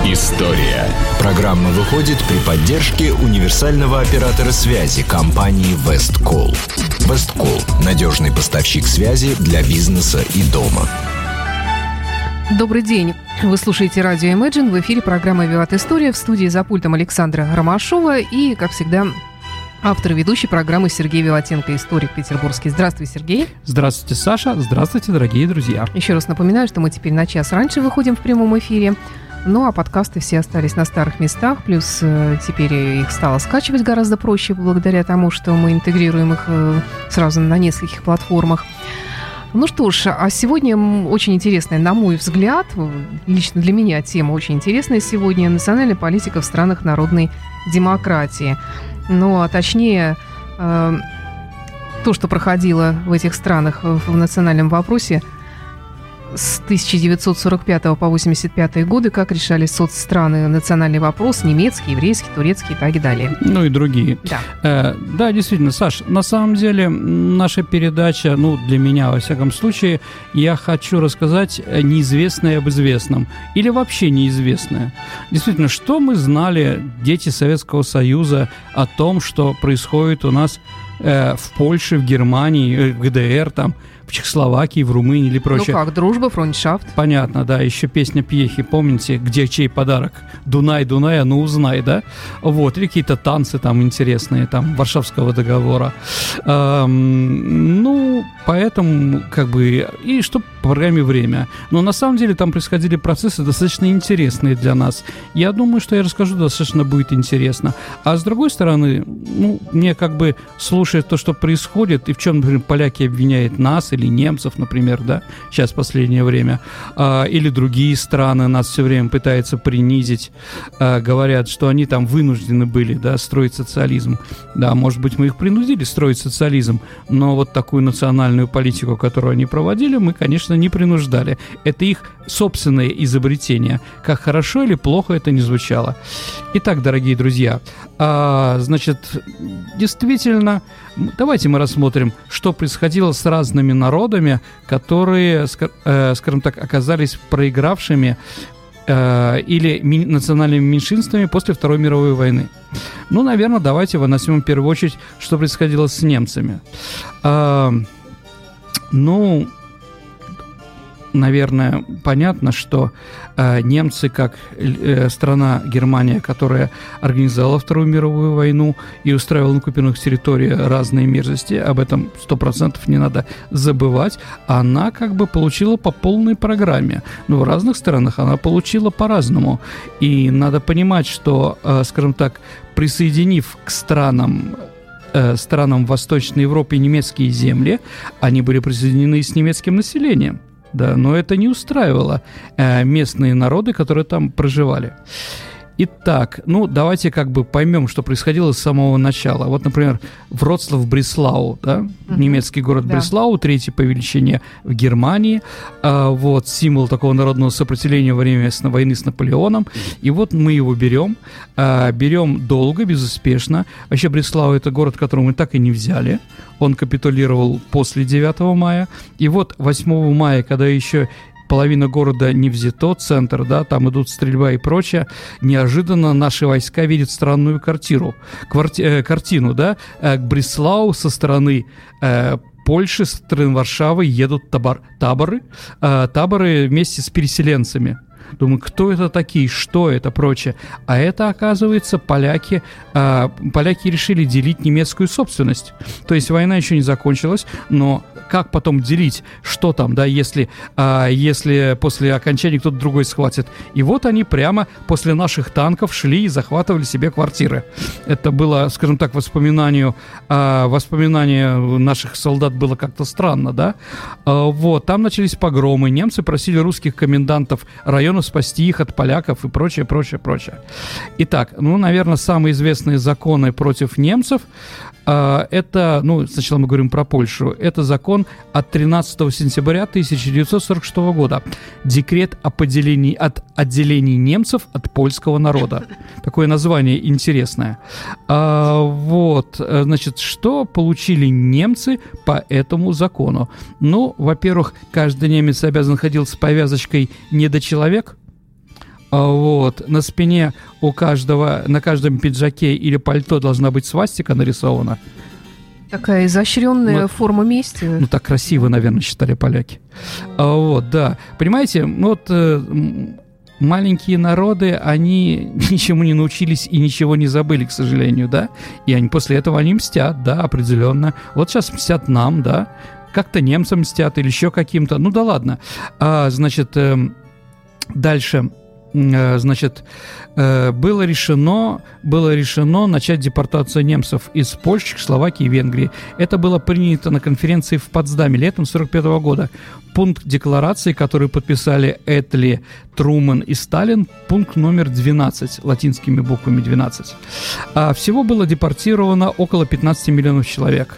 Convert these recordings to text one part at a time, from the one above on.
История. Программа выходит при поддержке универсального оператора связи компании Весткол. Весткол – надежный поставщик связи для бизнеса и дома. Добрый день. Вы слушаете радио Imagine. В эфире программа «Виват История». В студии за пультом Александра Ромашова и, как всегда, автор и ведущий программы Сергей Виватенко, историк петербургский. Здравствуй, Сергей. Здравствуйте, Саша. Здравствуйте, дорогие друзья. Еще раз напоминаю, что мы теперь на час раньше выходим в прямом эфире. Ну, а подкасты все остались на старых местах, плюс теперь их стало скачивать гораздо проще, благодаря тому, что мы интегрируем их сразу на нескольких платформах. Ну что ж, а сегодня очень интересная, на мой взгляд, лично для меня тема очень интересная сегодня, национальная политика в странах народной демократии. Ну, а точнее, то, что проходило в этих странах в национальном вопросе с 1945 по 1985 годы, как решали соцстраны национальный вопрос, немецкий, еврейский, турецкий и так далее. Ну и другие. Да. Да, действительно, Саш, на самом деле наша передача, для меня, во всяком случае, я хочу рассказать неизвестное об известном или вообще неизвестное. Действительно, что мы знали, дети Советского Союза, о том, что происходит у нас в Польше, в Германии, в ГДР, там, в Чехословакии, в Румынии или прочее. Ну как, дружба, фройндшафт. Понятно, да, еще песня Пьехи, помните, где чей подарок? Дунай, Дунай, а ну узнай, да? Вот, или какие-то танцы там интересные, там, Варшавского договора. Поэтому, и что по программе «Время». Но на самом деле там происходили процессы достаточно интересные для нас. Я думаю, что я расскажу, достаточно будет интересно. А с другой стороны, мне слушая то, что происходит, и в чем, например, поляки обвиняют нас, или немцев, например, да, сейчас в последнее время, или другие страны нас все время пытаются принизить, говорят, что они там вынуждены были, да, строить социализм. Да, может быть, мы их принудили строить социализм, но вот такую национальную политику, которую они проводили, мы, конечно, не принуждали. Это их собственное изобретение. Как хорошо или плохо это ни звучало. Итак, дорогие друзья, действительно, давайте мы рассмотрим, что происходило с разными народами, которые, скажем так, оказались проигравшими или национальными меньшинствами после Второй мировой войны. Наверное, давайте возьмем в первую очередь, что происходило с немцами. Наверное, понятно, что немцы, как страна Германия, которая организовала Вторую мировую войну и устраивала на оккупированных территориях разные мерзости, об этом 100% не надо забывать, она получила по полной программе. Но в разных странах она получила по-разному. И надо понимать, что, скажем так, присоединив к странам Восточной Европы немецкие земли, они были присоединены с немецким населением. Да, но это не устраивало местные народы, которые там проживали. Итак, давайте поймем, что происходило с самого начала. Вот, например, Вроцлав-Бреслау, да, немецкий город, да. Бреслау, третий по величине в Германии, символ такого народного сопротивления во время войны с Наполеоном. И вот мы его берем долго, безуспешно. Вообще Бреслау – это город, который мы так и не взяли. Он капитулировал после 9 мая. И вот 8 мая, когда еще половина города не взято, центр, да, там идут стрельба и прочее, неожиданно наши войска видят странную картину, да, к Бреслау со стороны Польши, со стороны Варшавы едут таборы вместе с переселенцами. Думаю, кто это такие, что это, прочее. А это, оказывается, поляки решили делить немецкую собственность. То есть война еще не закончилась, но как потом делить, что там, да, если после окончания кто-то другой схватит. И вот они прямо после наших танков шли и захватывали себе квартиры. Это было, скажем так, воспоминание наших солдат было как-то странно, да. Там начались погромы, немцы просили русских комендантов районов спасти их от поляков и прочее. Итак, наверное, самые известные законы против немцев это, сначала мы говорим про Польшу, это закон от 13 сентября 1946 года. Декрет об отделении немцев от польского народа. Такое название интересное. Что получили немцы по этому закону? Во-первых, каждый немец обязан ходить с повязочкой «недочеловек». Вот. На спине у каждого, на каждом пиджаке или пальто должна быть свастика нарисована. Такая изощренная форма мести. Ну, так красиво, наверное, считали поляки. Вот, да. Понимаете, вот маленькие народы, они ничему не научились и ничего не забыли, к сожалению, да. И они после этого они мстят, да, определенно. Вот сейчас мстят нам, да. Как-то немцам мстят или еще каким-то. Ну, да ладно. Значит, дальше... Значит, было решено начать депортацию немцев из Польши, Словакии и Венгрии. Это было принято на конференции в Потсдаме летом 1945 года. Пункт декларации, который подписали Этли, Трумэн и Сталин, пункт номер 12, латинскими буквами 12. Всего было депортировано около 15 миллионов человек.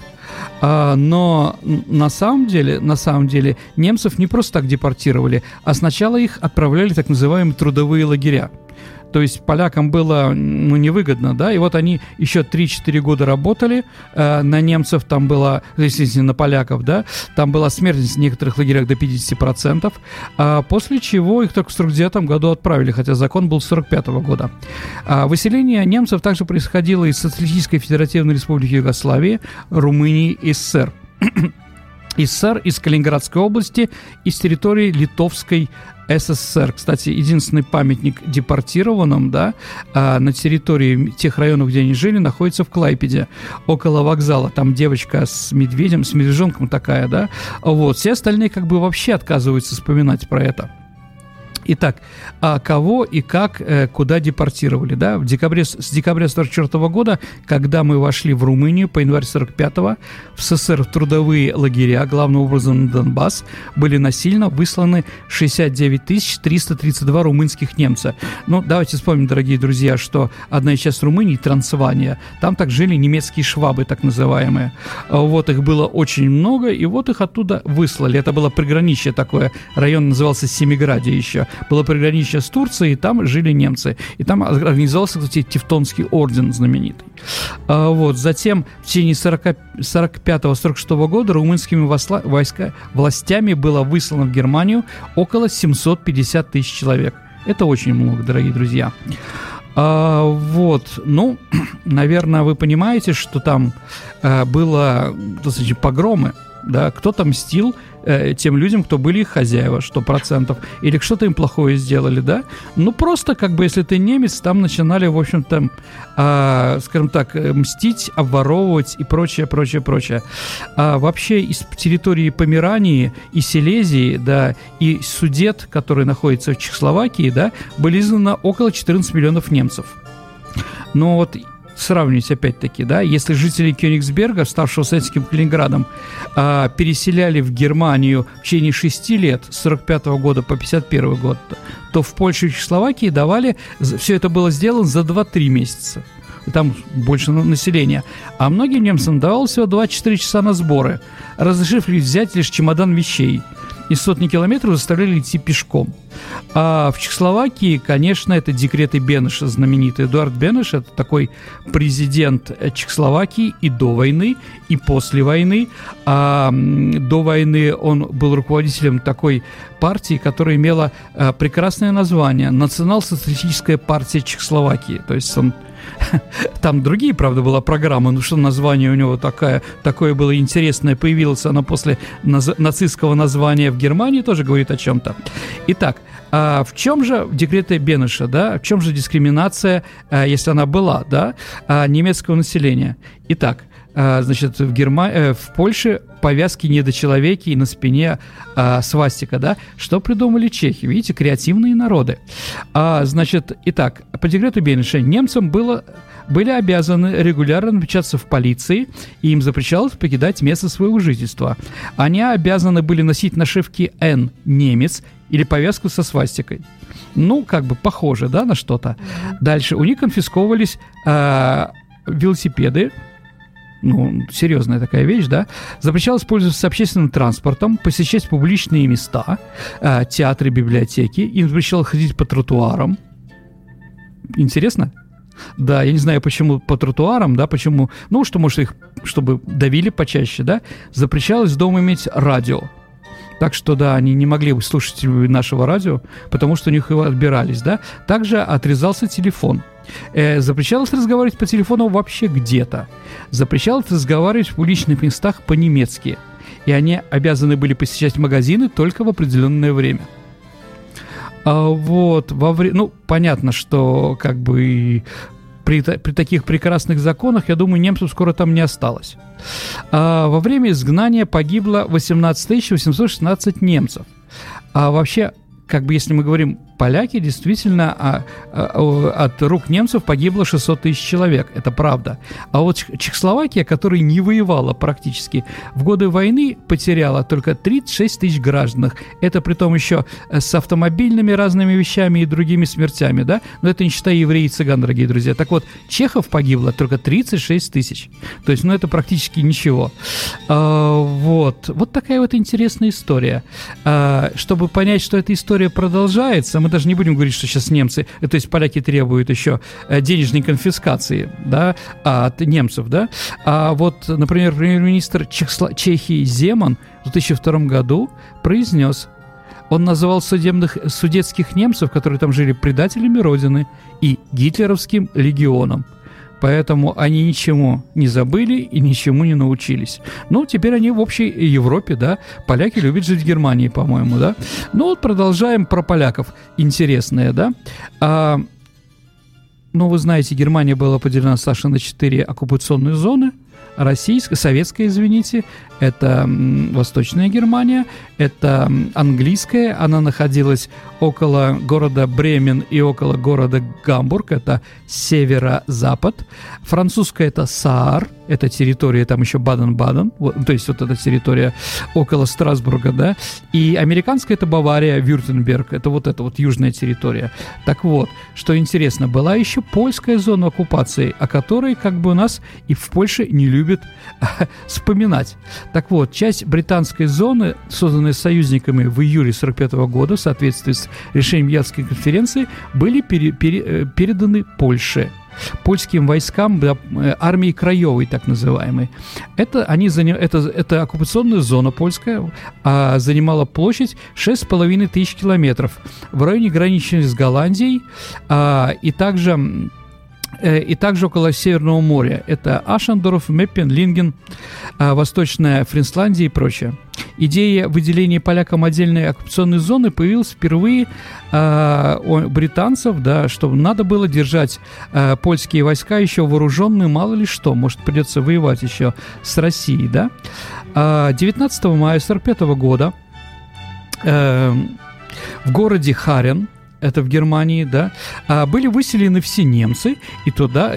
Но на самом деле немцев не просто так депортировали, а сначала их отправляли в так называемые трудовые лагеря. То есть полякам было невыгодно, да, и вот они еще 3-4 года работали, на немцев там была, естественно, на поляков, да, там была смертность в некоторых лагерях до 50%, после чего их только в 1949 году отправили, хотя закон был с 1945 года. Выселение немцев также происходило из Социалистической Федеративной Республики Югославии, Румынии и СССР. СССР, из Калининградской области, из территории Литовской СССР. Кстати, единственный памятник депортированным, да, на территории тех районов, где они жили, находится в Клайпеде, около вокзала. Там девочка с медведем, с медвежонком такая, да. Вот. Все остальные как бы вообще отказываются вспоминать про это. Итак, кого и как, куда депортировали, да? С декабря 1944 года, когда мы вошли в Румынию, по январь 1945 в СССР в трудовые лагеря, главным образом на Донбасс, были насильно высланы 69 332 румынских немца. Ну, давайте вспомним, дорогие друзья, что одна из часть Румынии, Трансильвания, там так жили немецкие швабы, так называемые. Вот их было очень много, и вот их оттуда выслали. Это было приграничье такое, район назывался Семиградия еще. Было приграничье с Турцией, и там жили немцы. И там организовался, кстати, Тевтонский орден знаменитый. Вот. Затем в течение 1945-1946 года румынскими властями было выслано в Германию около 750 тысяч человек. Это очень много, дорогие друзья. Вот, ну, наверное, вы понимаете, что там было, достаточно, погромы, да, кто-то мстил тем людям, кто были их хозяева, 100%, или что-то им плохое сделали, да, ну, просто, как бы, если ты немец, там начинали, в общем-то, скажем так, мстить, обворовывать и прочее. Вообще, из территории Померании и Силезии, да, и Судет, который находится в Чехословакии, да, были изгнаны около 14 миллионов немцев. Но вот сравнить опять-таки, да, если жители Кёнигсберга, ставшего советским Калининградом, переселяли в Германию в течение 6 лет, с 1945 года по 1951 год, то в Польше и Чехословакии давали, все это было сделано за 2-3 месяца. Там больше населения. А многим немцам давалось всего 24 часа на сборы, разрешив взять лишь чемодан вещей. И сотни километров заставляли идти пешком. А в Чехословакии, конечно, это декреты Бенеша знаменитый. Эдуард Бенеш – это такой президент Чехословакии и до войны, и после войны. До войны он был руководителем такой партии, которая имела прекрасное название – Национал-социалистическая партия Чехословакии. То есть он... Там другие, правда, была программа, но что название у него такое было интересное, появилось оно после нацистского названия в Германии, тоже говорит о чем-то. Итак, в чем же декреты Бенеша, да, в чем же дискриминация, если она была, да, немецкого населения? Итак, значит, в Польше повязки недочеловеки и на спине свастика, да? Что придумали чехи? Видите, креативные народы. Значит, итак, по декрету Бенеша немцам были обязаны регулярно отмечаться в полиции, и им запрещалось покидать место своего жительства. Они обязаны были носить нашивки «Н» – немец или повязку со свастикой. Ну, как бы похоже, да, на что-то. Дальше у них конфисковывались велосипеды. Ну, серьезная такая вещь, да. Запрещалось пользоваться общественным транспортом, посещать публичные места, театры, библиотеки. Им запрещалось ходить по тротуарам. Интересно? Да, я не знаю, почему по тротуарам, да, почему... Ну, что, может, их, чтобы давили почаще, да. Запрещалось дома иметь радио. Так что, да, они не могли бы слушать нашего радио, потому что у них его отбирались, да. Также отрезался телефон. Запрещалось разговаривать по телефону вообще где-то. Запрещалось разговаривать в публичных местах по-немецки. И они обязаны были посещать магазины только в определенное время. Вот, понятно, что как бы при таких прекрасных законах, я думаю, немцев скоро там не осталось. Во время изгнания погибло 18 816 немцев. А вообще, как бы если мы говорим поляки, действительно, от рук немцев погибло 600 тысяч человек. Это правда. А вот Чехословакия, которая не воевала практически, в годы войны потеряла только 36 тысяч граждан. Это притом еще с автомобильными разными вещами и другими смертями, да? Но это не считая евреев и цыган, дорогие друзья. Так вот, чехов погибло только 36 тысяч. То есть, это практически ничего. Вот такая вот интересная история. Чтобы понять, что эта история продолжается, мы даже не будем говорить, что сейчас немцы, то есть поляки требуют еще денежной конфискации, да, от немцев, да. А вот, например, премьер-министр Чехии Земан в 2002 году произнес, он называл судетских немцев, которые там жили, предателями Родины и гитлеровским легионом. Поэтому они ничему не забыли и ничему не научились. Теперь они в общей Европе, да. Поляки любят жить в Германии, по-моему, да. Продолжаем про поляков. Интересное, да. Вы знаете, Германия была поделена, Саша, на 4 оккупационные зоны. Советская, извините, это Восточная Германия, это английская, она находилась около города Бремен и около города Гамбург, это северо-запад. Французская — это Саар, это территория, там еще Баден-Баден, то есть вот эта территория около Страсбурга, да. И американская — это Бавария, Вюртемберг, это вот эта вот южная территория. Так вот, что интересно, была еще польская зона оккупации, о которой как бы у нас и в Польше не любят вспоминать. Так вот, часть британской зоны, созданной союзниками в июле 1945 года в соответствии с решением Ялтской конференции, были переданы Польше. Польским войскам, да, армии краевой, так называемой. Это оккупационная зона польская, занимала площадь 6,5 тысяч километров в районе граничной с Голландией, и также около Северного моря. Это Ашендорф, Меппен, Линген, Восточная Фрисландия и прочее. Идея выделения полякам отдельной оккупационной зоны появилась впервые у британцев, да, что надо было держать польские войска еще вооруженные, мало ли что, может, придется воевать еще с Россией, да. 19 мая 1945 года в городе Харен, это в Германии, да, были выселены все немцы, и туда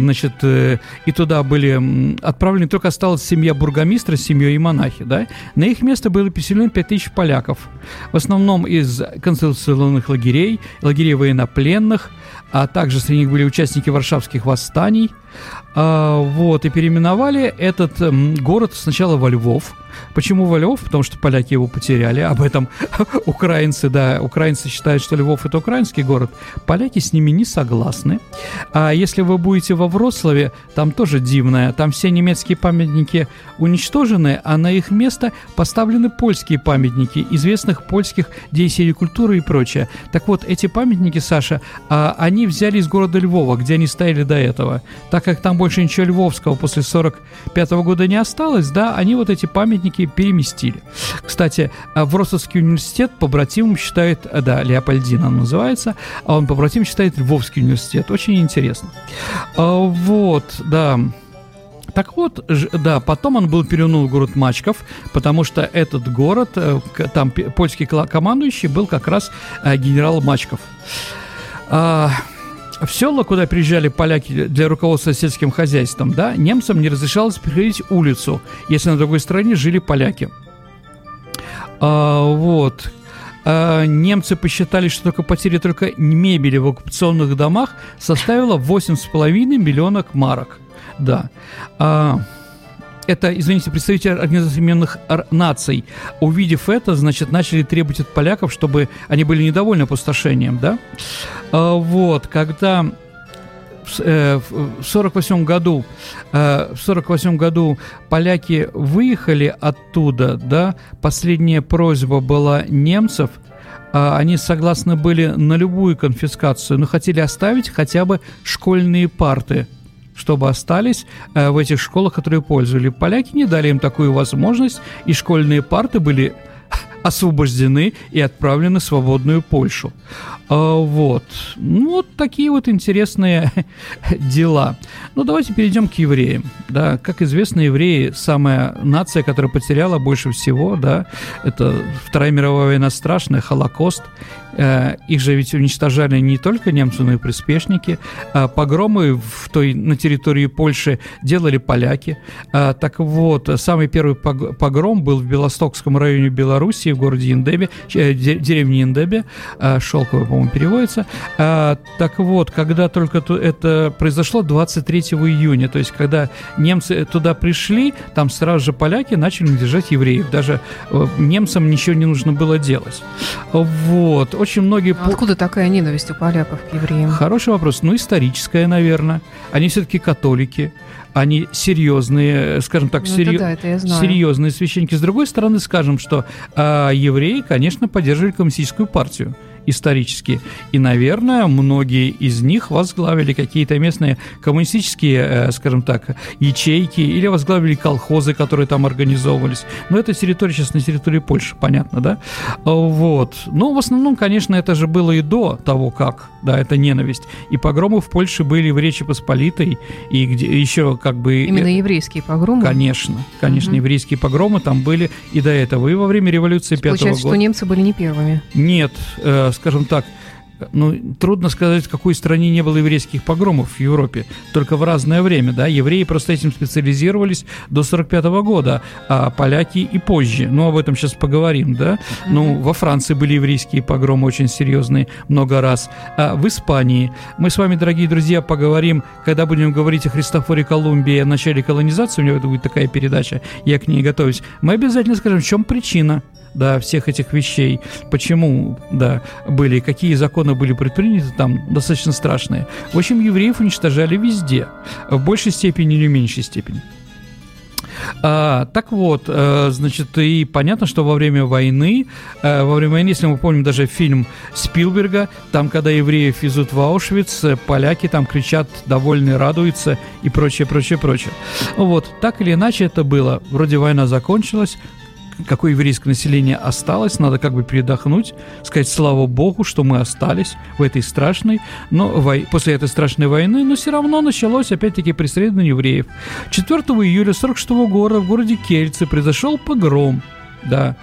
были отправлены, только осталась семья бургомистра с семьей и монахи, да. На их место было переселено 5000 поляков, в основном из концентрационных лагерей военнопленных, а также среди них были участники варшавских восстаний. И переименовали этот город сначала во Львов. Почему во Львов? Потому что поляки его потеряли. Об этом украинцы считают, что Львов — это украинский город. Поляки с ними не согласны. А если вы будете во Вроцлаве, там тоже дивное. Там все немецкие памятники уничтожены, а на их место поставлены польские памятники известных польских деятелей культуры и прочее. Так вот, эти памятники, Саша, они взяли из города Львова, где они стояли до этого. Так как там больше ничего львовского после 1945 года не осталось, да, они вот эти памятники переместили. Кстати, Вроцлавский университет побратимом считает, да, Леопольдин он называется, а он побратим считает Львовский университет. Очень интересно. Да. Так вот, да, потом он был переименован в город Мачков, потому что этот город, там польский командующий был как раз генерал Мачков. В села, куда приезжали поляки для руководства сельским хозяйством, да, немцам не разрешалось переходить улицу, если на другой стороне жили поляки. Немцы посчитали, что потеря мебели в оккупационных домах составила 8,5 миллиона марок. Да. Это, извините, представители Организации Объединенных Наций, увидев это, значит, начали требовать от поляков, чтобы они были недовольны опустошением, да. Когда в 48 году поляки выехали оттуда, да, последняя просьба была немцев, они согласны были на любую конфискацию, но хотели оставить хотя бы школьные парты, чтобы остались в этих школах, которые пользовали. Поляки не дали им такую возможность, и школьные парты были освобождены и отправлены в свободную Польшу. Вот. Ну, вот такие вот интересные дела. Ну, давайте перейдем к евреям. Да, как известно, евреи – самая нация, которая потеряла больше всего, да, это Вторая мировая война страшная, Холокост. Их же ведь уничтожали не только немцы, но и приспешники. Погромы на территории Польши делали поляки. Так вот, самый первый погром был в Белостокском районе Белоруссии, в городе Индебе, деревне Индебе, Шелково, по-моему, переводится. Так вот, когда только это произошло 23 июня, то есть когда немцы туда пришли, там сразу же поляки начали держать евреев. Даже немцам ничего не нужно было делать. Вот. Очень многие... Откуда такая ненависть у поляков к евреям? Хороший вопрос. Ну, историческая, наверное. Они все-таки католики. Они серьезные, скажем так, серьезные священники. С другой стороны, скажем, что евреи, конечно, поддерживали коммунистическую партию исторически. И, наверное, многие из них возглавили какие-то местные коммунистические, скажем так, ячейки или возглавили колхозы, которые там организовывались. Но это территория сейчас на территории Польши, понятно, да? Вот. Но в основном, конечно, это же было и до того, как, да, это ненависть. И погромы в Польше были в Речи Посполитой, и где еще как бы... Именно еврейские погромы? Конечно, еврейские погромы там были и до этого, и во время революции 5-го года. Получается, что немцы были не первыми? Нет, скажем так, ну, трудно сказать, в какой стране не было еврейских погромов в Европе, только в разное время, да, евреи просто этим специализировались до 45-го года, а поляки и позже, ну, об этом сейчас поговорим, да, ну, во Франции были еврейские погромы очень серьезные много раз, а в Испании, мы с вами, дорогие друзья, поговорим, когда будем говорить о Христофоре Колумбе и о начале колонизации, у меня будет такая передача, я к ней готовлюсь, мы обязательно скажем, в чем причина, да, всех этих вещей, почему, да, были, какие законы были предприняты там, достаточно страшные. В общем, евреев уничтожали везде, в большей степени или в меньшей степени. Так вот, значит, и понятно, что во время войны, если мы помним даже фильм Спилберга, там, когда евреев везут в Аушвиц, поляки там кричат, довольны, радуются и прочее. Вот, так или иначе это было. Вроде война закончилась, какое еврейское население осталось, надо как бы передохнуть, сказать слава Богу, что мы остались в этой страшной, после этой страшной войны, но все равно началось опять-таки преследование евреев. 4 июля 1946 года в городе Кельце произошел погром. Да,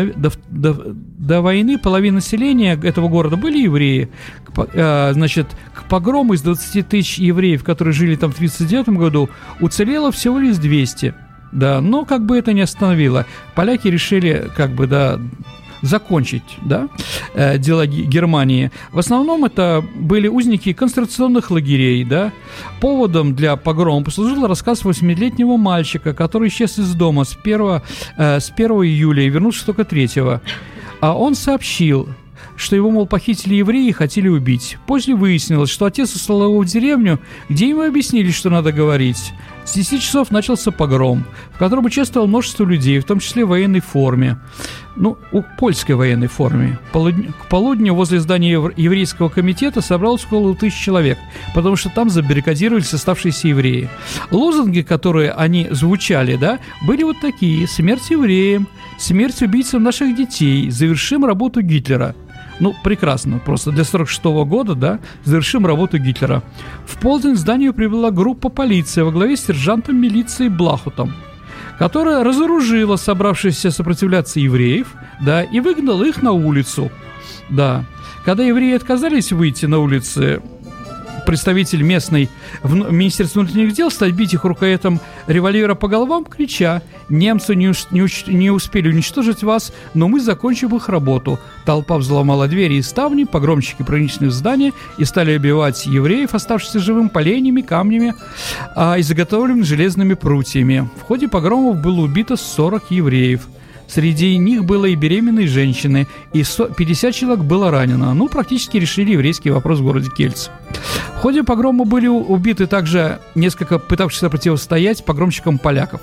до войны половина населения этого города были евреи. Значит, к погрому из 20 тысяч евреев, которые жили там в 1939 году, уцелело всего лишь 200. Да, но как бы это не остановило. Поляки решили, как бы, да, закончить, да, дела Германии. В основном это были узники концентрационных лагерей, да. Поводом для погрома послужил рассказ 8-летнего мальчика, который исчез из дома с 1 июля и вернулся только 3-го. А он сообщил, что его, мол, похитили евреи и хотели убить. Позже выяснилось, что отец услал его в деревню, где ему объяснили, что надо говорить. С 10 часов начался погром, в котором участвовало множество людей, в том числе в военной форме. Ну, польской военной форме. К полудню возле здания еврейского комитета собралось около 1000 человек, потому что там забаррикадировались оставшиеся евреи. Лозунги, которые они звучали, да, были вот такие: «Смерть евреям», «Смерть убийцам наших детей», «Завершим работу Гитлера». Ну, прекрасно, просто для 1946 года, да, завершим работу Гитлера. В полдень к зданию прибыла группа полиции во главе с сержантом милиции Блахутом, которая разоружила собравшихся сопротивляться евреев, да, и выгнала их на улицу, да. Когда евреи отказались выйти на улицы, представитель местной Министерства внутренних дел стал бить их рукоятом револьвера по головам, крича: «Немцы не успели уничтожить вас, но мы закончим их работу». Толпа взломала двери и ставни, погромщики проникли в здание и стали убивать евреев, оставшихся живым, поленьями, камнями и заготовленными железными прутьями. В ходе погромов было убито 40 евреев. Среди них было и беременные женщины, и 50 человек было ранено. Ну, практически решили еврейский вопрос в городе Кельц. В ходе погрома были убиты также несколько пытавшихся противостоять погромщикам поляков.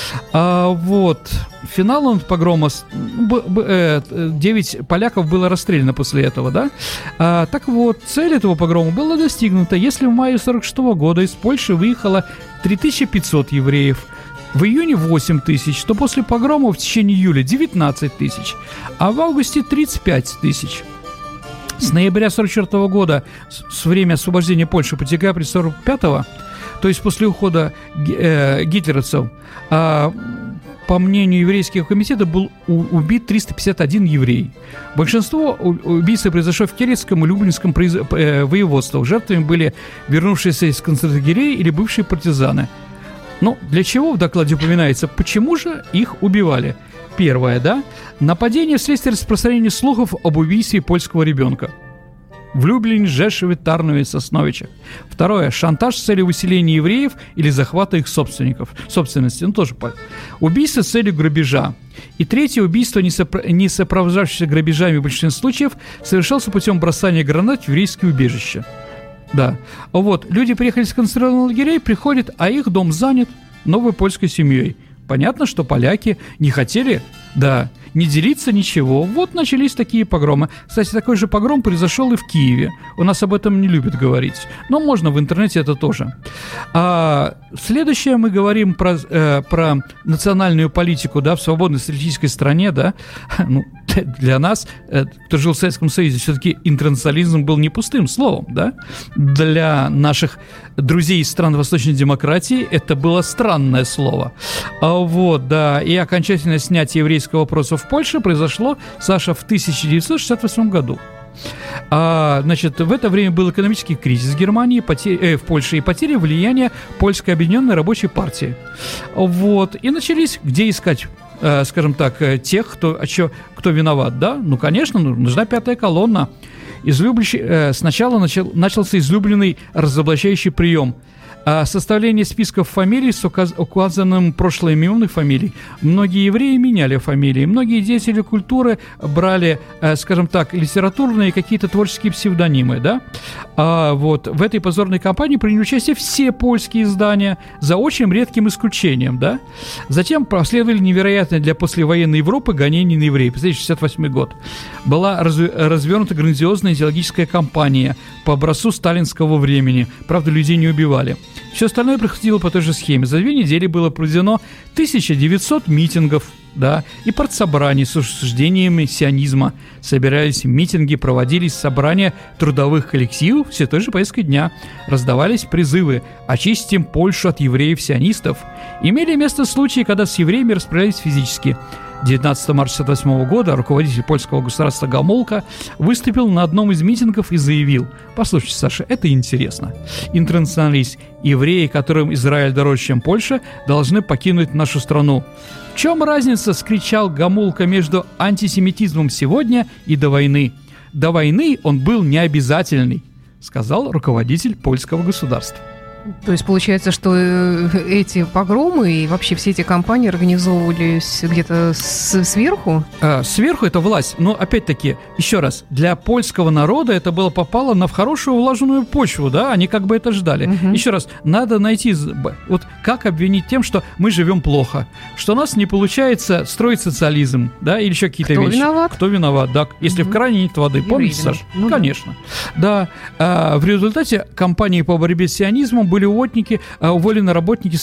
Финалом погрома 9 поляков было расстреляно после этого, да? Так вот, цель этого погрома была достигнута. Если в мае 1946 года из Польши выехало 3500 евреев, в июне 8 тысяч, то после погрома в течение июля 19 тысяч, а в августе 35 тысяч. С ноября 1944 года, с времени освобождения Польши, по декабрь 1945, то есть после ухода гитлеровцев, по мнению еврейского комитета, был убит 351 еврей. Большинство убийств произошло в Керецком и Люблинском воеводствах. Жертвами были вернувшиеся из концлагерей или бывшие партизаны. Но для чего в докладе упоминается, почему же их убивали? Первое, да? Нападение вследствие распространения слухов об убийстве польского ребенка в Люблине, Жешеве, Тарнове, Сосновичах. Второе, шантаж с целью выселения евреев или захвата их собственности. Ну, тоже убийство с целью грабежа. И третье, убийство, не сопровождавшееся грабежами в большинстве случаев, совершался путем бросания гранат в еврейские убежища. Да. Вот, люди приехали из концентрационных лагерей, приходят, а их дом занят новой польской семьей. Понятно, что поляки не хотели, да, не делиться ничего. Вот начались такие погромы. Кстати, такой же погром произошел и в Киеве. У нас об этом не любят говорить. Но можно в интернете это тоже. Следующее мы говорим про национальную политику, да, в свободной социалистической стране, да. Ну, для нас, кто жил в Советском Союзе, все-таки интернационализм был не пустым словом, да. Для наших друзей из стран восточной демократии это было странное слово. Вот, да. И окончательное снятие еврейского вопроса в Польше произошло, Саша, в 1968 году. Значит, в это время был экономический кризис в Германии, в Польше, и потеря влияния польской объединенной рабочей партии. Вот. И начались, где искать, скажем так, тех, кто виноват, да? Ну, конечно, нужна пятая колонна. Сначала начался излюбленный разоблачающий прием. Составление списков фамилий с указанным прошлым именем фамилий. Многие евреи меняли фамилии, многие деятели культуры брали, скажем так, литературные какие-то творческие псевдонимы, да? Вот в этой позорной кампании приняли участие все польские издания, за очень редким исключением, да? Затем последовали невероятные для послевоенной Европы гонения на евреев. Представляете, 1968 год. Была развернута грандиозная идеологическая кампания по образцу сталинского времени. Правда, людей не убивали. Все остальное проходило по той же схеме. За 2 недели было проведено 1900 митингов, да, и партсобраний с осуждениями сионизма. Собирались митинги, проводились собрания трудовых коллективов все той же повесткой дня. Раздавались призывы «Очистим Польшу от евреев-сионистов». Имели место случаи, когда с евреями расправлялись физически. 19 марта 1968 года руководитель польского государства Гомулка выступил на одном из митингов и заявил: послушайте, Саша, это интересно. Интернационалист, евреи, которым Израиль дороже, чем Польша, должны покинуть нашу страну. В чем разница, скричал Гомулка, между антисемитизмом сегодня и до войны? До войны он был необязательный, сказал руководитель польского государства. То есть получается, что эти погромы и вообще все эти кампании организовывались где-то сверху? Сверху это власть. Но опять-таки, еще раз, для польского народа это попало на хорошую влажную почву, да, они как бы это ждали. Угу. Еще раз, надо найти, вот как обвинить тем, что мы живем плохо, что у нас не получается строить социализм, да, или еще какие-то вещи. Кто виноват, да, если в кране нет воды, помните, Саша? Ну, конечно. Да. В результате кампании по борьбе с сионизмом были уволены работники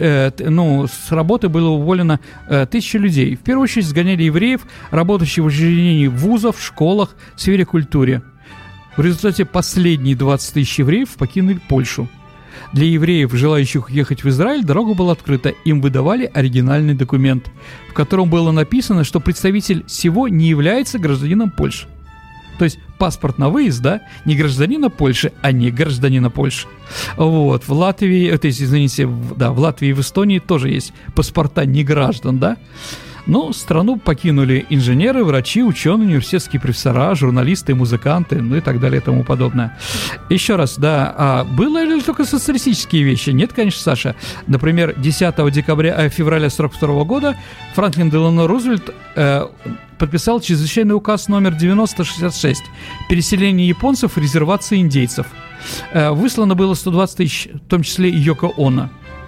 с работы было уволено 1000 людей. В первую очередь сгоняли евреев, работающих в учреждениях вузов, школах, в сфере культуры. В результате последние 20 тысяч евреев покинули Польшу. Для евреев, желающих уехать в Израиль, дорога была открыта. Им выдавали оригинальный документ, в котором было написано, что представитель сего не является гражданином Польши. То есть паспорт на выезд, да, не гражданина Польши, а не гражданина Польши. Вот, в Латвии, в Латвии и в Эстонии тоже есть паспорта не граждан, да. Ну, страну покинули инженеры, врачи, ученые, университетские профессора, журналисты, музыканты, ну и так далее и тому подобное. Еще раз, да, а было ли только социалистические вещи? Нет, конечно, Саша. Например, 10 февраля 1942 года Франклин Делано Рузвельт подписал чрезвычайный указ номер 9066 «Переселение японцев в резервации индейцев». Выслано было 120 тысяч, в том числе и Йоко Оно.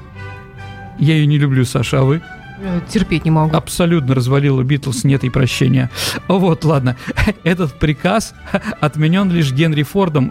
Я ее не люблю, Саша, а вы? Терпеть не могу. Абсолютно развалила Битлз, нет и прощения. Вот, ладно. Этот приказ отменен лишь Генри Фордом,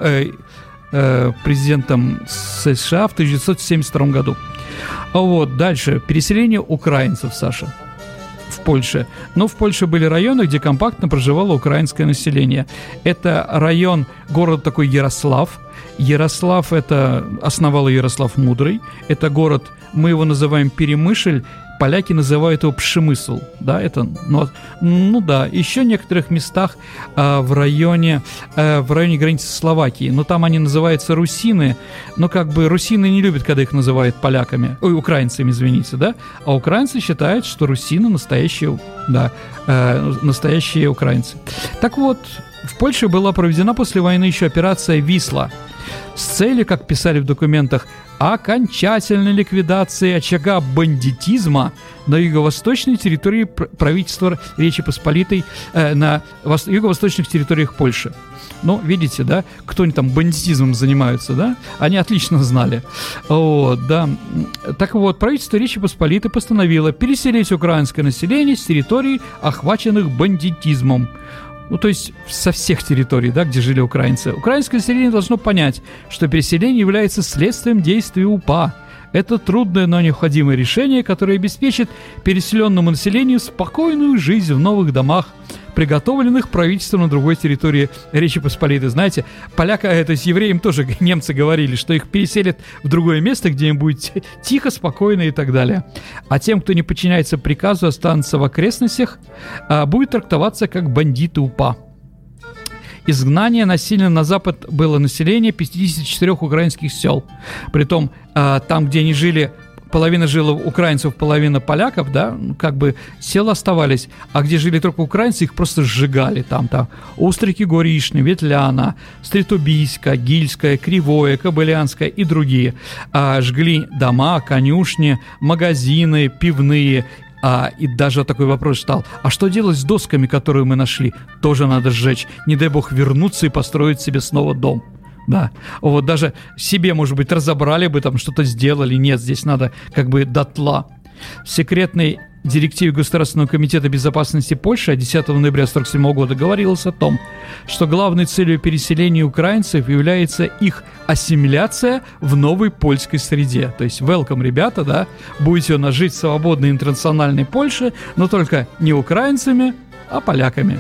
президентом США в 1972 году. Вот, дальше. Переселение украинцев, Саша, в Польше. Но в Польше были районы, где компактно проживало украинское население. Это район, город такой Ярослав. Ярослав, это основал Ярослав Мудрый. Это город, мы его называем Перемышль, поляки называют его Пшемысл. Да, это, ну да, еще в некоторых местах в районе границы Словакии. Но там они называются русины. Но как бы русины не любят, когда их называют поляками. Ой, украинцами, извините, да? А украинцы считают, что русины настоящие, да, настоящие украинцы. Так вот, в Польше была проведена после войны еще операция «Висла» с целью, как писали в документах, окончательной ликвидации очага бандитизма на юго-восточной территории правительства Речи Посполитой, на юго-восточных территориях Польши. Ну, видите, да, кто они там бандитизмом занимаются, да? Они отлично знали. Вот, да. Так вот, правительство Речи Посполитой постановило переселить украинское население с территорий, охваченных бандитизмом. Ну, то есть со всех территорий, да, где жили украинцы. Украинское население должно понять, что переселение является следствием действий УПА. Это трудное, но необходимое решение, которое обеспечит переселенному населению спокойную жизнь в новых домах, приготовленных правительством на другой территории Речи Посполитой. Знаете, то есть евреям тоже немцы говорили, что их переселят в другое место, где им будет тихо, спокойно и так далее. А тем, кто не подчиняется приказу, останется в окрестностях, будет трактоваться как бандиты УПА. Изгнание насильно на запад было население 54 украинских сел. Притом, там, где они жили, половина жила украинцев, половина поляков, да, как бы села оставались, а где жили только украинцы, их просто сжигали. Там Устрики, Горишни, Ветляна, Стритубийская, Гильская, Кривое, Кобылянская и другие. Жгли дома, конюшни, магазины, пивные. И даже такой вопрос стал: а что делать с досками, которые мы нашли? Тоже надо сжечь. Не дай бог вернуться и построить себе снова дом. Да, вот даже себе, может быть, разобрали бы, там что-то сделали. Нет, здесь надо как бы дотла. В секретной директиве Государственного комитета безопасности Польши от 10 ноября 1947 года говорилось о том, что главной целью переселения украинцев является их ассимиляция в новой польской среде. То есть, welcome, ребята, да, будете у нас жить в свободной интернациональной Польше, но только не украинцами, а поляками.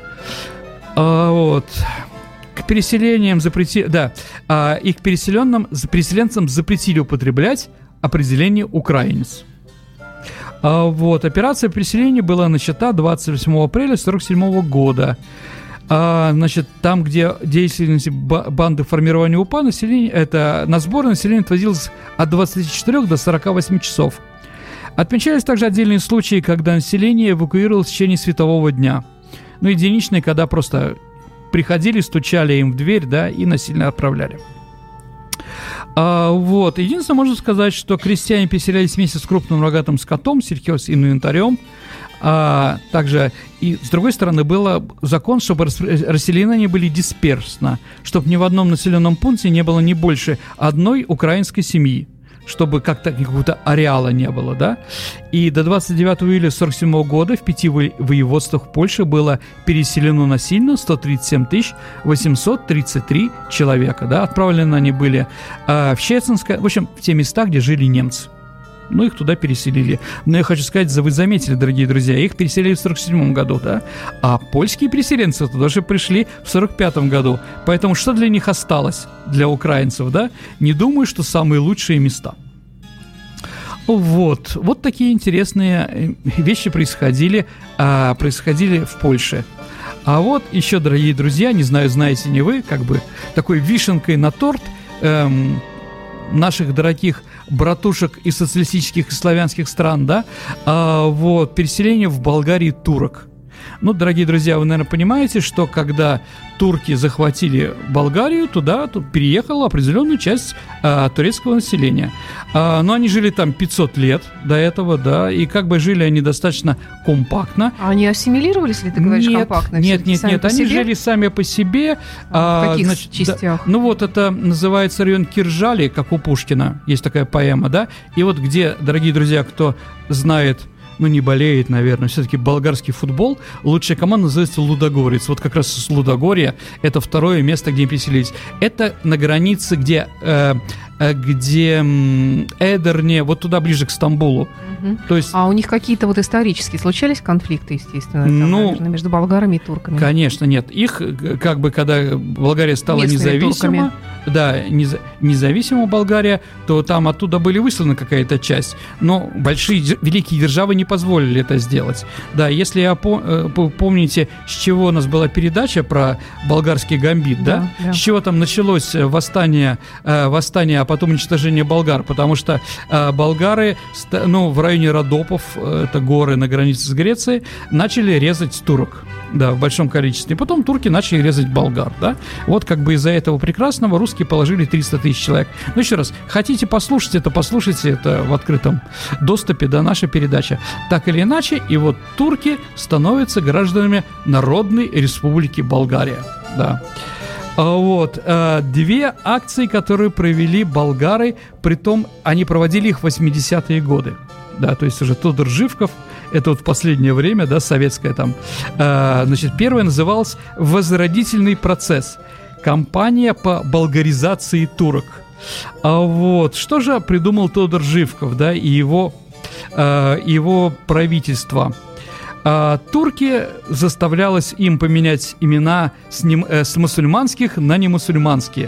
Вот. К переселениям и к переселенцам запретили употреблять определение «украинец». Вот. Операция переселения была начата 28 апреля 1947 года. Значит, там, где деятельность банды формирования УПА, на сбор населения отводилось от 24 до 48 часов. Отмечались также отдельные случаи, когда население эвакуировалось в течение светового дня. Ну, единичные, когда просто приходили, стучали им в дверь, да, и насильно отправляли. Вот. Единственное, можно сказать, что крестьяне переселялись вместе с крупным рогатым скотом, сельхозинвентарем. Также, и с другой стороны, был закон, чтобы расселены они были дисперсно, чтобы ни в одном населенном пункте не было не больше одной украинской семьи, чтобы как-то какого-то ареала не было, да. И до 29 июля 1947 года в 5 воеводствах Польши было переселено насильно 137 833 человека, да. Отправлены они были в Щецинское, в общем, в те места, где жили немцы. Ну, их туда переселили. Но я хочу сказать, вы заметили, дорогие друзья, их переселили в 1947 году, да? А польские переселенцы туда же пришли в 1945 году. Поэтому что для них осталось, для украинцев, да? Не думаю, что самые лучшие места. Вот такие интересные вещи происходили в Польше. А вот еще, дорогие друзья, не знаю, знаете ли вы, как бы такой вишенкой на торт наших дорогих братушек из социалистических и славянских стран, да, переселение в Болгарии турок. Ну, дорогие друзья, вы, наверное, понимаете, что когда турки захватили Болгарию, туда переехала определенная часть турецкого населения. Но они жили там 500 лет до этого, да, и как бы жили они достаточно компактно. А они ассимилировались, ли ты говоришь, компактно? Нет, они жили сами по себе. В каких частях? Да, ну вот это называется район Киржали, как у Пушкина, есть такая поэма, да, и вот где, дорогие друзья, кто знает, ну, не болеет, наверное, все-таки болгарский футбол, лучшая команда называется Лудогорец. Вот как раз с Лудогорья это второе место, где они переселились. Это на границе, где Эдерне, вот туда ближе к Стамбулу. То есть, а у них какие-то вот исторические случались конфликты, естественно, там, наверное, между болгарами и турками? Конечно, нет. Их, как бы, когда Болгария стала независима, да, независима Болгария, то там оттуда были высланы какая-то часть, но большие, великие державы не позволили это сделать. Да, если помните, с чего у нас была передача про болгарский гамбит, да? С чего там началось восстание, а потом уничтожение болгар, потому что болгары, ну, в районе Родопов, это горы на границе с Грецией, начали резать турок, да, в большом количестве. И потом турки начали резать болгар, да. Вот как бы из-за этого прекрасного русские положили 300 тысяч человек. Ну, еще раз, хотите послушать это, послушайте это в открытом доступе, да, наша передача. Так или иначе, и вот турки становятся гражданами Народной Республики Болгария, да. Вот, две акции, которые провели болгары, притом они проводили их в 80-е годы, да, то есть уже Тодор Живков, это вот в последнее время, да, советская там, значит, первая называлась «Возродительный процесс», кампания по болгаризации турок. Вот, что же придумал Тодор Живков, да, и его правительство? Турки заставлялось им поменять имена с мусульманских на немусульманские.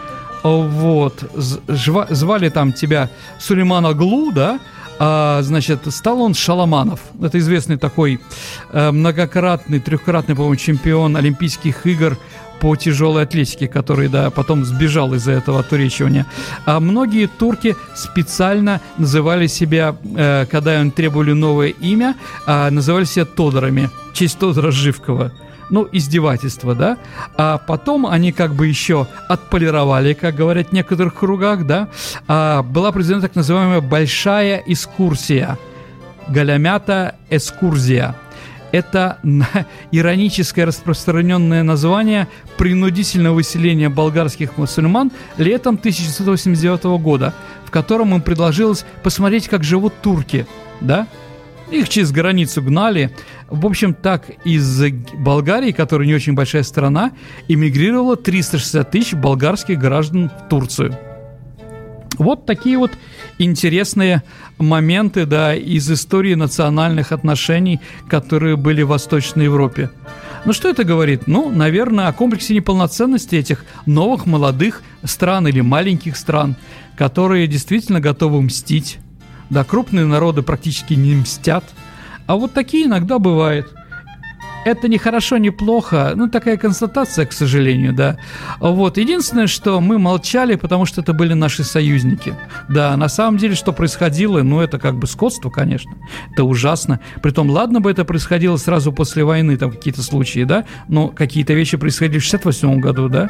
Вот. Звали там тебя Сулейман Аглу, да? Значит, стал он Шаламанов. Это известный такой многократный, трехкратный, по-моему, чемпион Олимпийских игр по тяжелой атлетике, который, да, потом сбежал из-за этого туречивания. А многие турки специально называли себя, когда им требовали новое имя, называли себя Тодорами, в честь Тодора Живкова. Ну, издевательство, да? А потом они как бы еще отполировали, как говорят в некоторых кругах, да? Была произведена так называемая большая экскурсия. Галямята экскурсия. Это ироническое распространенное название принудительного выселения болгарских мусульман летом 1989 года, в котором им предложилось посмотреть, как живут турки, да? Их через границу гнали. В общем, так из Болгарии, которая не очень большая страна, эмигрировало 360 тысяч болгарских граждан в Турцию. Вот такие вот интересные моменты, да, из истории национальных отношений, которые были в Восточной Европе. Ну, что это говорит? Ну, наверное, о комплексе неполноценности этих новых молодых стран или маленьких стран, которые действительно готовы мстить. Да, крупные народы практически не мстят. А вот такие иногда бывает. Это не хорошо, не плохо. Ну, такая констатация, к сожалению, да. Вот. Единственное, что мы молчали, потому что это были наши союзники. Да, на самом деле, что происходило, ну, это как бы скотство, конечно. Это ужасно. Притом, ладно бы это происходило сразу после войны, там какие-то случаи, да, но какие-то вещи происходили в 1968 году, да.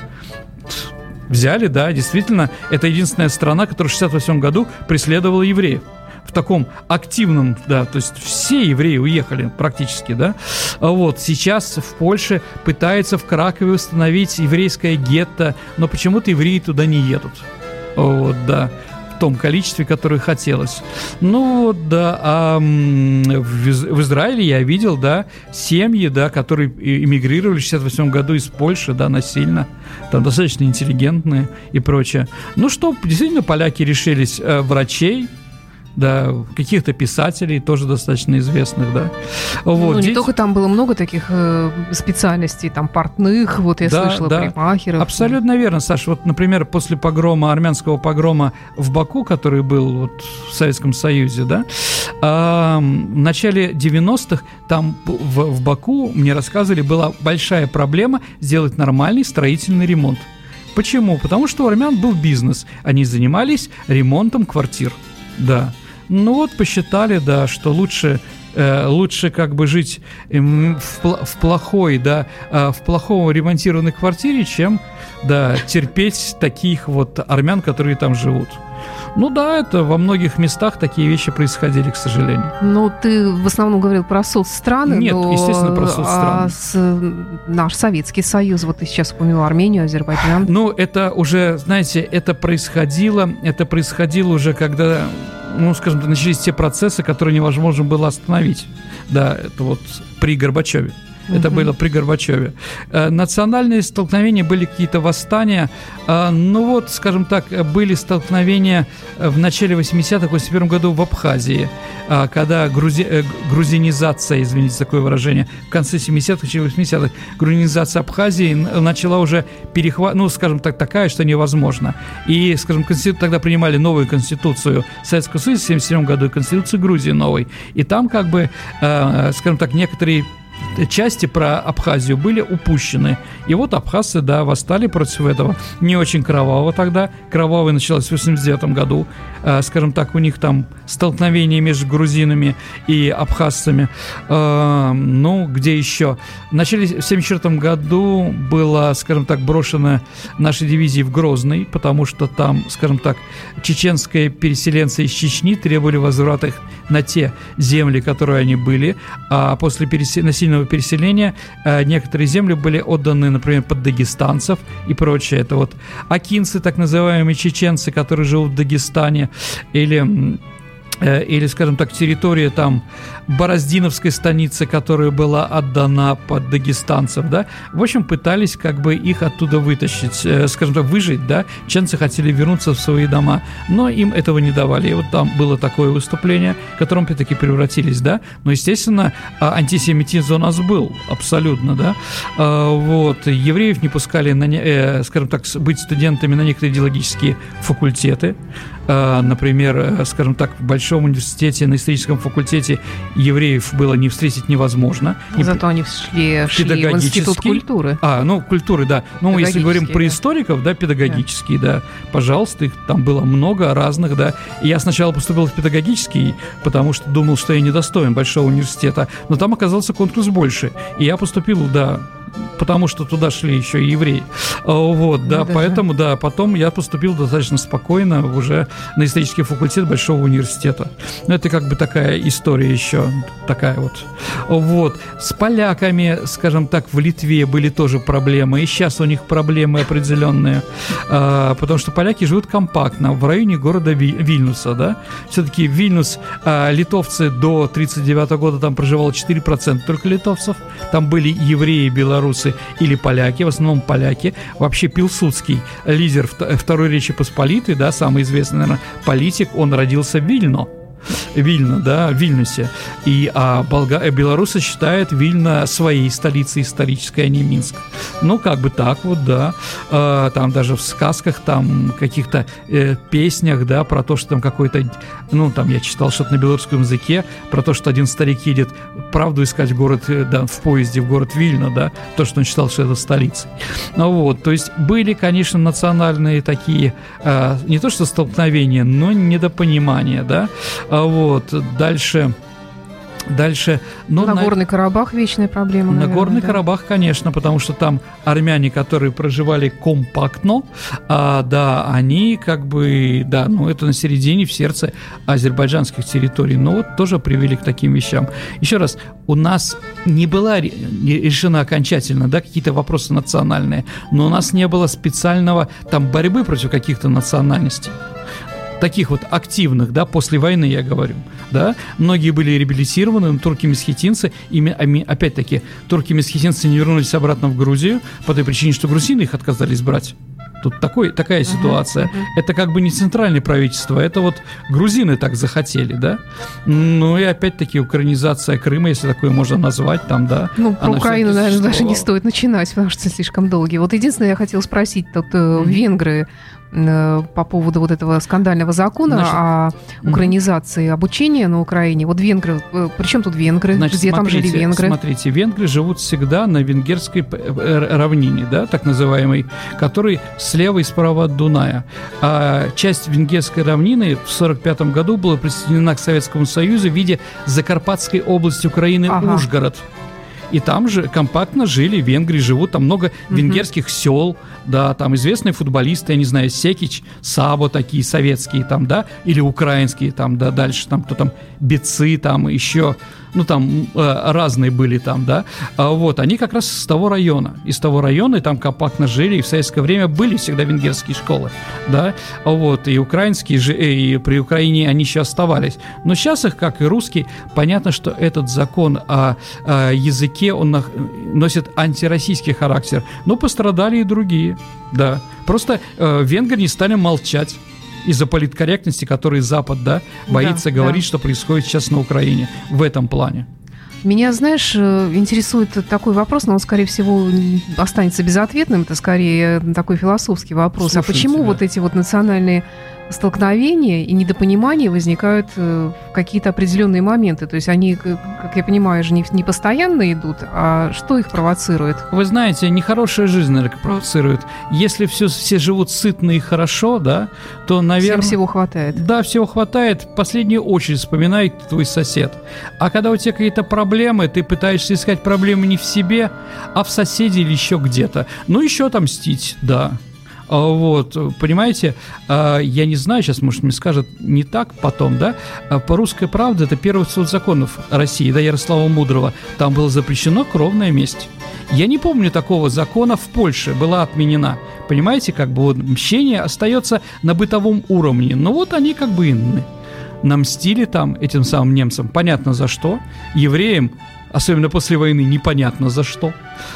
Взяли, да, действительно, это единственная страна, которая в 1968 году преследовала евреев. В таком активном, да, то есть все евреи уехали практически, да. Вот, сейчас в Польше пытаются в Кракове установить еврейское гетто, но почему-то евреи туда не едут. Вот, да, в том количестве, которое хотелось. Ну, да, а в Израиле я видел, да, семьи, да, которые эмигрировали в 1968 году из Польши, да, насильно, там достаточно интеллигентные и прочее. Ну, что, действительно, поляки решились врачей, да, каких-то писателей, тоже достаточно известных, да. Вот. Ну, не только там было много таких специальностей, там, портных, вот я слышала, да, парикмахеров. Абсолютно верно, Саша. Вот, например, после погрома, армянского погрома в Баку, который был вот в Советском Союзе, да, в начале 90-х там в Баку, мне рассказывали, была большая проблема сделать нормальный строительный ремонт. Почему? Потому что у армян был бизнес. Они занимались ремонтом квартир. Да. Ну вот посчитали, да, что лучше как бы жить в плохой, да, в плохом ремонтированной квартире, чем, да, терпеть таких вот армян, которые там живут. Ну да, это во многих местах такие вещи происходили, к сожалению. Ну, ты в основном говорил про соцстраны. Нет, естественно, про соцстраны. Наш Советский Союз, вот ты сейчас упомянул Армению, Азербайджан. Ну, это уже, знаете, это происходило уже, когда, ну, скажем так, начались те процессы, которые невозможно было остановить. Да, это вот при Горбачеве. Это было при Горбачеве. Национальные столкновения, были какие-то восстания. Ну вот, скажем так, были столкновения в начале 80-х, в 81 году в Абхазии, когда грузинизация, извините за такое выражение, в конце 70-х, начале 80-х, грузинизация Абхазии начала уже ну, скажем так, такая, что невозможно. И, скажем, тогда принимали новую конституцию Советского Союза в 77 году и конституцию Грузии новой. И там, как бы, скажем так, некоторые части про Абхазию были упущены. И вот абхазцы, да, восстали против этого. Не очень кроваво тогда. Кровавое началось в 89 году. Скажем так, у них там столкновение между грузинами и абхазцами. Ну, где еще? В начале 1974 году была, скажем так, брошена наша дивизия в Грозный, потому что там, скажем так, чеченские переселенцы из Чечни требовали возврата их на те земли, которые они были. А после насильного переселения некоторые земли были отданы, например, под дагестанцев и прочее. Это вот акинцы, так называемые чеченцы, которые живут в Дагестане, или, скажем так, территория там Бороздиновской станицы, которая была отдана под дагестанцев, да, в общем, пытались как бы их оттуда вытащить, скажем так, выжить, да, чеченцы хотели вернуться в свои дома, но им этого не давали, и вот там было такое выступление, в котором опять-таки превратились, да, но, естественно, антисемитизм у нас был, абсолютно, да, вот, евреев не пускали, скажем так, быть студентами на некоторые идеологические факультеты, например, скажем так, в Большом университете, на историческом факультете евреев было не встретить невозможно. Зато они шли в Институт культуры. Ну, культуры, да. Ну, если говорим про историков, да, педагогические, да, пожалуйста, их там было много разных, да. И я сначала поступил в педагогический, потому что думал, что я недостоин Большого университета, но там оказался конкурс больше. И я поступил, да, потому что туда шли еще и евреи. Вот, да, поэтому, да, потом я поступил достаточно спокойно уже на исторический факультет Большого университета. Но это как бы такая история еще, такая вот. Вот. С поляками, скажем так, в Литве были тоже проблемы, и сейчас у них проблемы определенные, потому что поляки живут компактно в районе города Вильнюса, да. Все-таки Вильнюс, литовцы до 1939 года там проживало 4% только литовцев, там были евреи, белорусы или поляки, в основном поляки. Вообще Пилсудский, лидер Второй Речи Посполитой, да, самый известный, наверное, политик, он родился в Вильно, да, в Вильнюсе. И белорусы считают Вильно своей столицей исторической, а не Минск. Ну, как бы так вот, да. Там даже в сказках, там каких-то песнях, да, про то, что там какой-то, ну, там я читал что-то на белорусском языке, про то, что один старик едет правду искать в город, да, в поезде в город Вильно, да, то, что он считал, что это столица. Ну, вот, то есть были, конечно, национальные такие, не то что столкновения, но недопонимания, да. Вот, дальше... Нагорный Карабах — вечная проблема, наверное. Нагорный Карабах, конечно, потому что там армяне, которые проживали компактно, да, они как бы, да, ну это на середине, в сердце азербайджанских территорий, но вот тоже привели к таким вещам. Еще раз, у нас не была решена окончательно, да, какие-то вопросы национальные, но у нас не было специального там борьбы против каких-то национальностей. Таких вот активных, да, после войны, я говорю, да, многие были реабилитированы, но турки-месхетинцы, опять-таки, турки-месхетинцы не вернулись обратно в Грузию по той причине, что грузины их отказались брать. Тут такая ситуация. Это как бы не центральное правительство, это вот грузины так захотели, да. Ну и опять-таки украинизация Крыма, если такое можно назвать, там, да. Ну, про Украину, наверное, даже не стоит начинать, потому что слишком долгий. Вот единственное, я хотела спросить, тут венгры по поводу вот этого скандального закона о украинизации обучения на Украине. Вот венгры, при чем тут венгры? Значит, где там жили венгры? Смотрите, венгры живут всегда на венгерской равнине, да, так называемой, который слева и справа от Дуная. А часть венгерской равнины в 1945 году была присоединена к Советскому Союзу в виде Закарпатской области Украины, Ужгород. И там же компактно жили венгры, живут там много венгерских сел, да, там известные футболисты, я не знаю, Секич, Сабо такие советские там, да, или украинские там, да, дальше там кто там, Бецы там, еще, ну там разные были там, да, вот, они как раз из того района, и там компактно жили, и в советское время были всегда венгерские школы, да, вот, и украинские, и при Украине они еще оставались, но сейчас их, как и русские, понятно, что этот закон о языке, он носит антироссийский характер, но пострадали и другие, да, просто венгры не стали молчать из-за политкорректности, которой Запад, да, боится говорить, что происходит сейчас на Украине в этом плане. Меня, знаешь, интересует такой вопрос, но он, скорее всего, останется безответным. Это скорее такой философский вопрос. Слушайте, а почему вот эти вот национальные столкновения и недопонимания возникают в какие-то определенные моменты? То есть они, как я понимаю, же не постоянно идут, а что их провоцирует? Вы знаете, нехорошая жизнь, наверное, провоцирует. Если все живут сытно и хорошо, да, то, наверное... Всем всего хватает. Да, всего хватает. В последнюю очередь вспоминает твой сосед. А когда у тебя какие-то проблемы, ты пытаешься искать проблемы не в себе, а в соседе или еще где-то. Ну, еще отомстить, да. Вот, понимаете, я не знаю, сейчас, может, мне скажут не так потом, да, по «Русской правде» это первый суд законов России, да, Ярослава Мудрого, там было запрещено кровная месть. Я не помню такого закона в Польше, была отменена. Понимаете, как бы вот мщение остается на бытовом уровне, но вот они как бы намстили там этим самым немцам, понятно за что, евреям, особенно после войны, непонятно за что,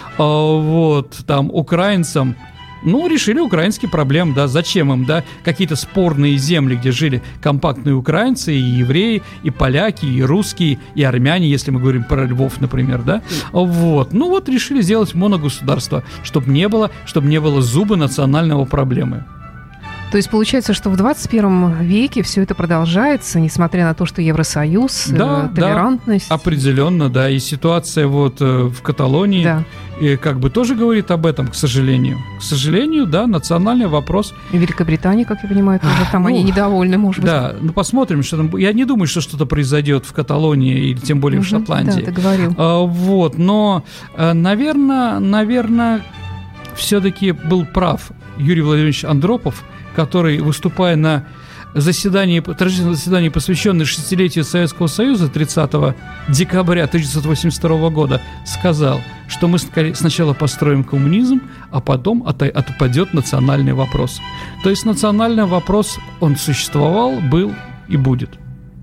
вот, там, украинцам, ну, решили украинские проблемы, да, зачем им, да, какие-то спорные земли, где жили компактные украинцы, и евреи, и поляки, и русские, и армяне, если мы говорим про Львов, например, да, вот, ну вот решили сделать моногосударство, чтобы не было зуба национального проблемы. То есть получается, что в 21 веке все это продолжается, несмотря на то, что Евросоюз, толерантность. Да, определенно, да. И ситуация вот в Каталонии и как бы тоже говорит об этом, к сожалению. К сожалению, да, национальный вопрос. И Великобритания, как я понимаю, тоже там они недовольны, может быть. Да, ну посмотрим, что там. Я не думаю, что что-то произойдет в Каталонии или тем более в Шотландии. Да, ты говорил. Вот, но, наверное, все-таки был прав Юрий Владимирович Андропов, который, выступая на торжественном заседании, посвященном 60-летию Советского Союза 30 декабря 1982 года, сказал, что мы сначала построим коммунизм, а потом отпадет национальный вопрос. То есть национальный вопрос, он существовал, был и будет.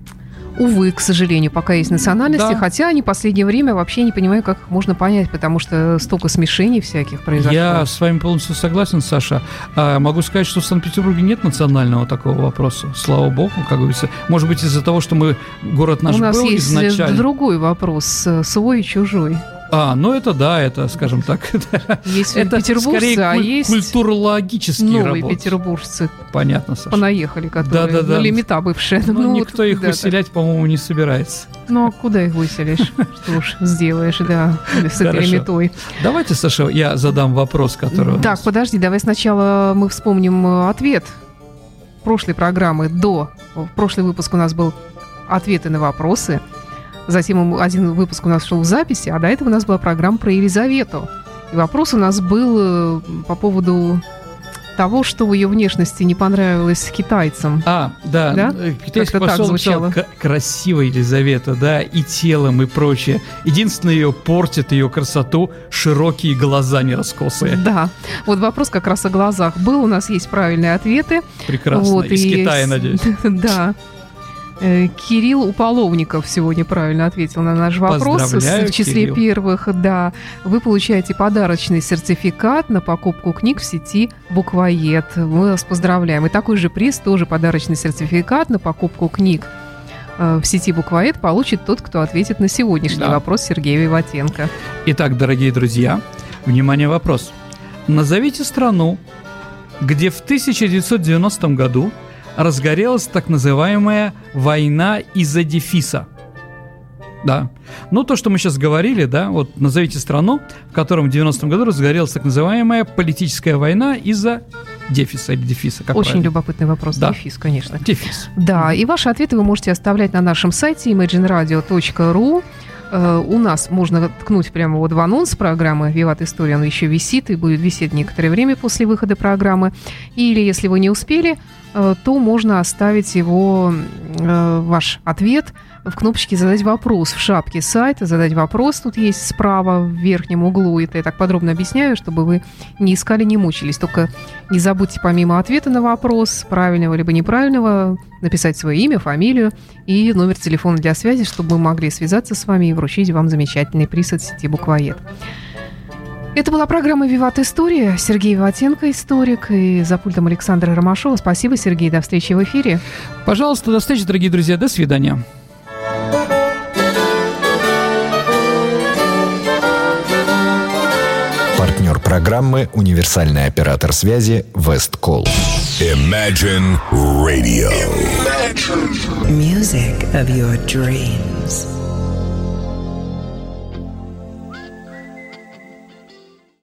Увы, к сожалению, пока есть национальности, хотя они в последнее время вообще не понимаю, как их можно понять, потому что столько смешений всяких произошло. Я с вами полностью согласен, Саша. Могу сказать, что в Санкт-Петербурге нет национального такого вопроса. Слава богу, как говорится. Может быть, из-за того, что город наш был изначально. У нас есть другой вопрос, свой и чужой. Ну это да, это, скажем так, есть это петербуржцы, скорее есть культурологические новые работы. Петербуржцы. Понятно, Саша. Понаехали, которые на лимита бывшие. Никто их выселять, по-моему, не собирается. Ну, а куда их выселишь? Что уж сделаешь, да, с этой лимитой. Давайте, Саша, я задам вопрос, который... Так, подожди, давай сначала мы вспомним ответ прошлой программы В прошлый выпуск у нас был «Ответы на вопросы». Затем один выпуск у нас шел в записи, а до этого у нас была программа про Елизавету. И вопрос у нас был по поводу того, что в ее внешности не понравилось китайцам. Да. Китайский посол сказал, красивая Елизавета, да, и телом, и прочее. Единственное, ее портит ее красоту широкие глаза не раскосые. Да, вот вопрос как раз о глазах был, у нас есть правильные ответы. Прекрасно, вот, из Китая, надеюсь. Да. Кирилл Уполовников сегодня правильно ответил на наш вопрос. Поздравляю, в числе Кирилл. Первых, да. Вы получаете подарочный сертификат на покупку книг в сети «Буквоед». Мы вас поздравляем. И такой же приз, тоже подарочный сертификат на покупку книг в сети «Буквоед» получит тот, кто ответит на сегодняшний вопрос Сергея Виватенко. Итак, дорогие друзья, внимание, вопрос. Назовите страну, где в 1990 году разгорелась так называемая «война из-за дефиса». Да. Ну, то, что мы сейчас говорили, да, вот назовите страну, в котором в 90-м году разгорелась так называемая политическая война из-за дефиса или дефиса. Как Очень правильно? Любопытный вопрос. Да. Дефис, конечно. Дефис. Да, и ваши ответы вы можете оставлять на нашем сайте imagineradio.ru. У нас можно ткнуть прямо вот в анонс программы «Виват История», он еще висит и будет висеть некоторое время после выхода программы. Или, если вы не успели, то можно оставить его, ваш ответ, в кнопочке «Задать вопрос» в шапке сайта. «Задать вопрос» тут есть справа в верхнем углу. Это я так подробно объясняю, чтобы вы не искали, не мучились. Только не забудьте помимо ответа на вопрос, правильного либо неправильного, написать свое имя, фамилию и номер телефона для связи, чтобы мы могли связаться с вами и вручить вам замечательный приз от сети «Буквоед». Это была программа «Виват История». Сергей Виватенко, историк, и за пультом Александра Ромашова. Спасибо, Сергей. До встречи в эфире. Пожалуйста, до встречи, дорогие друзья. До свидания. Партнер программы — универсальный оператор связи Westcall. Imagine Radio. Music of your dreams.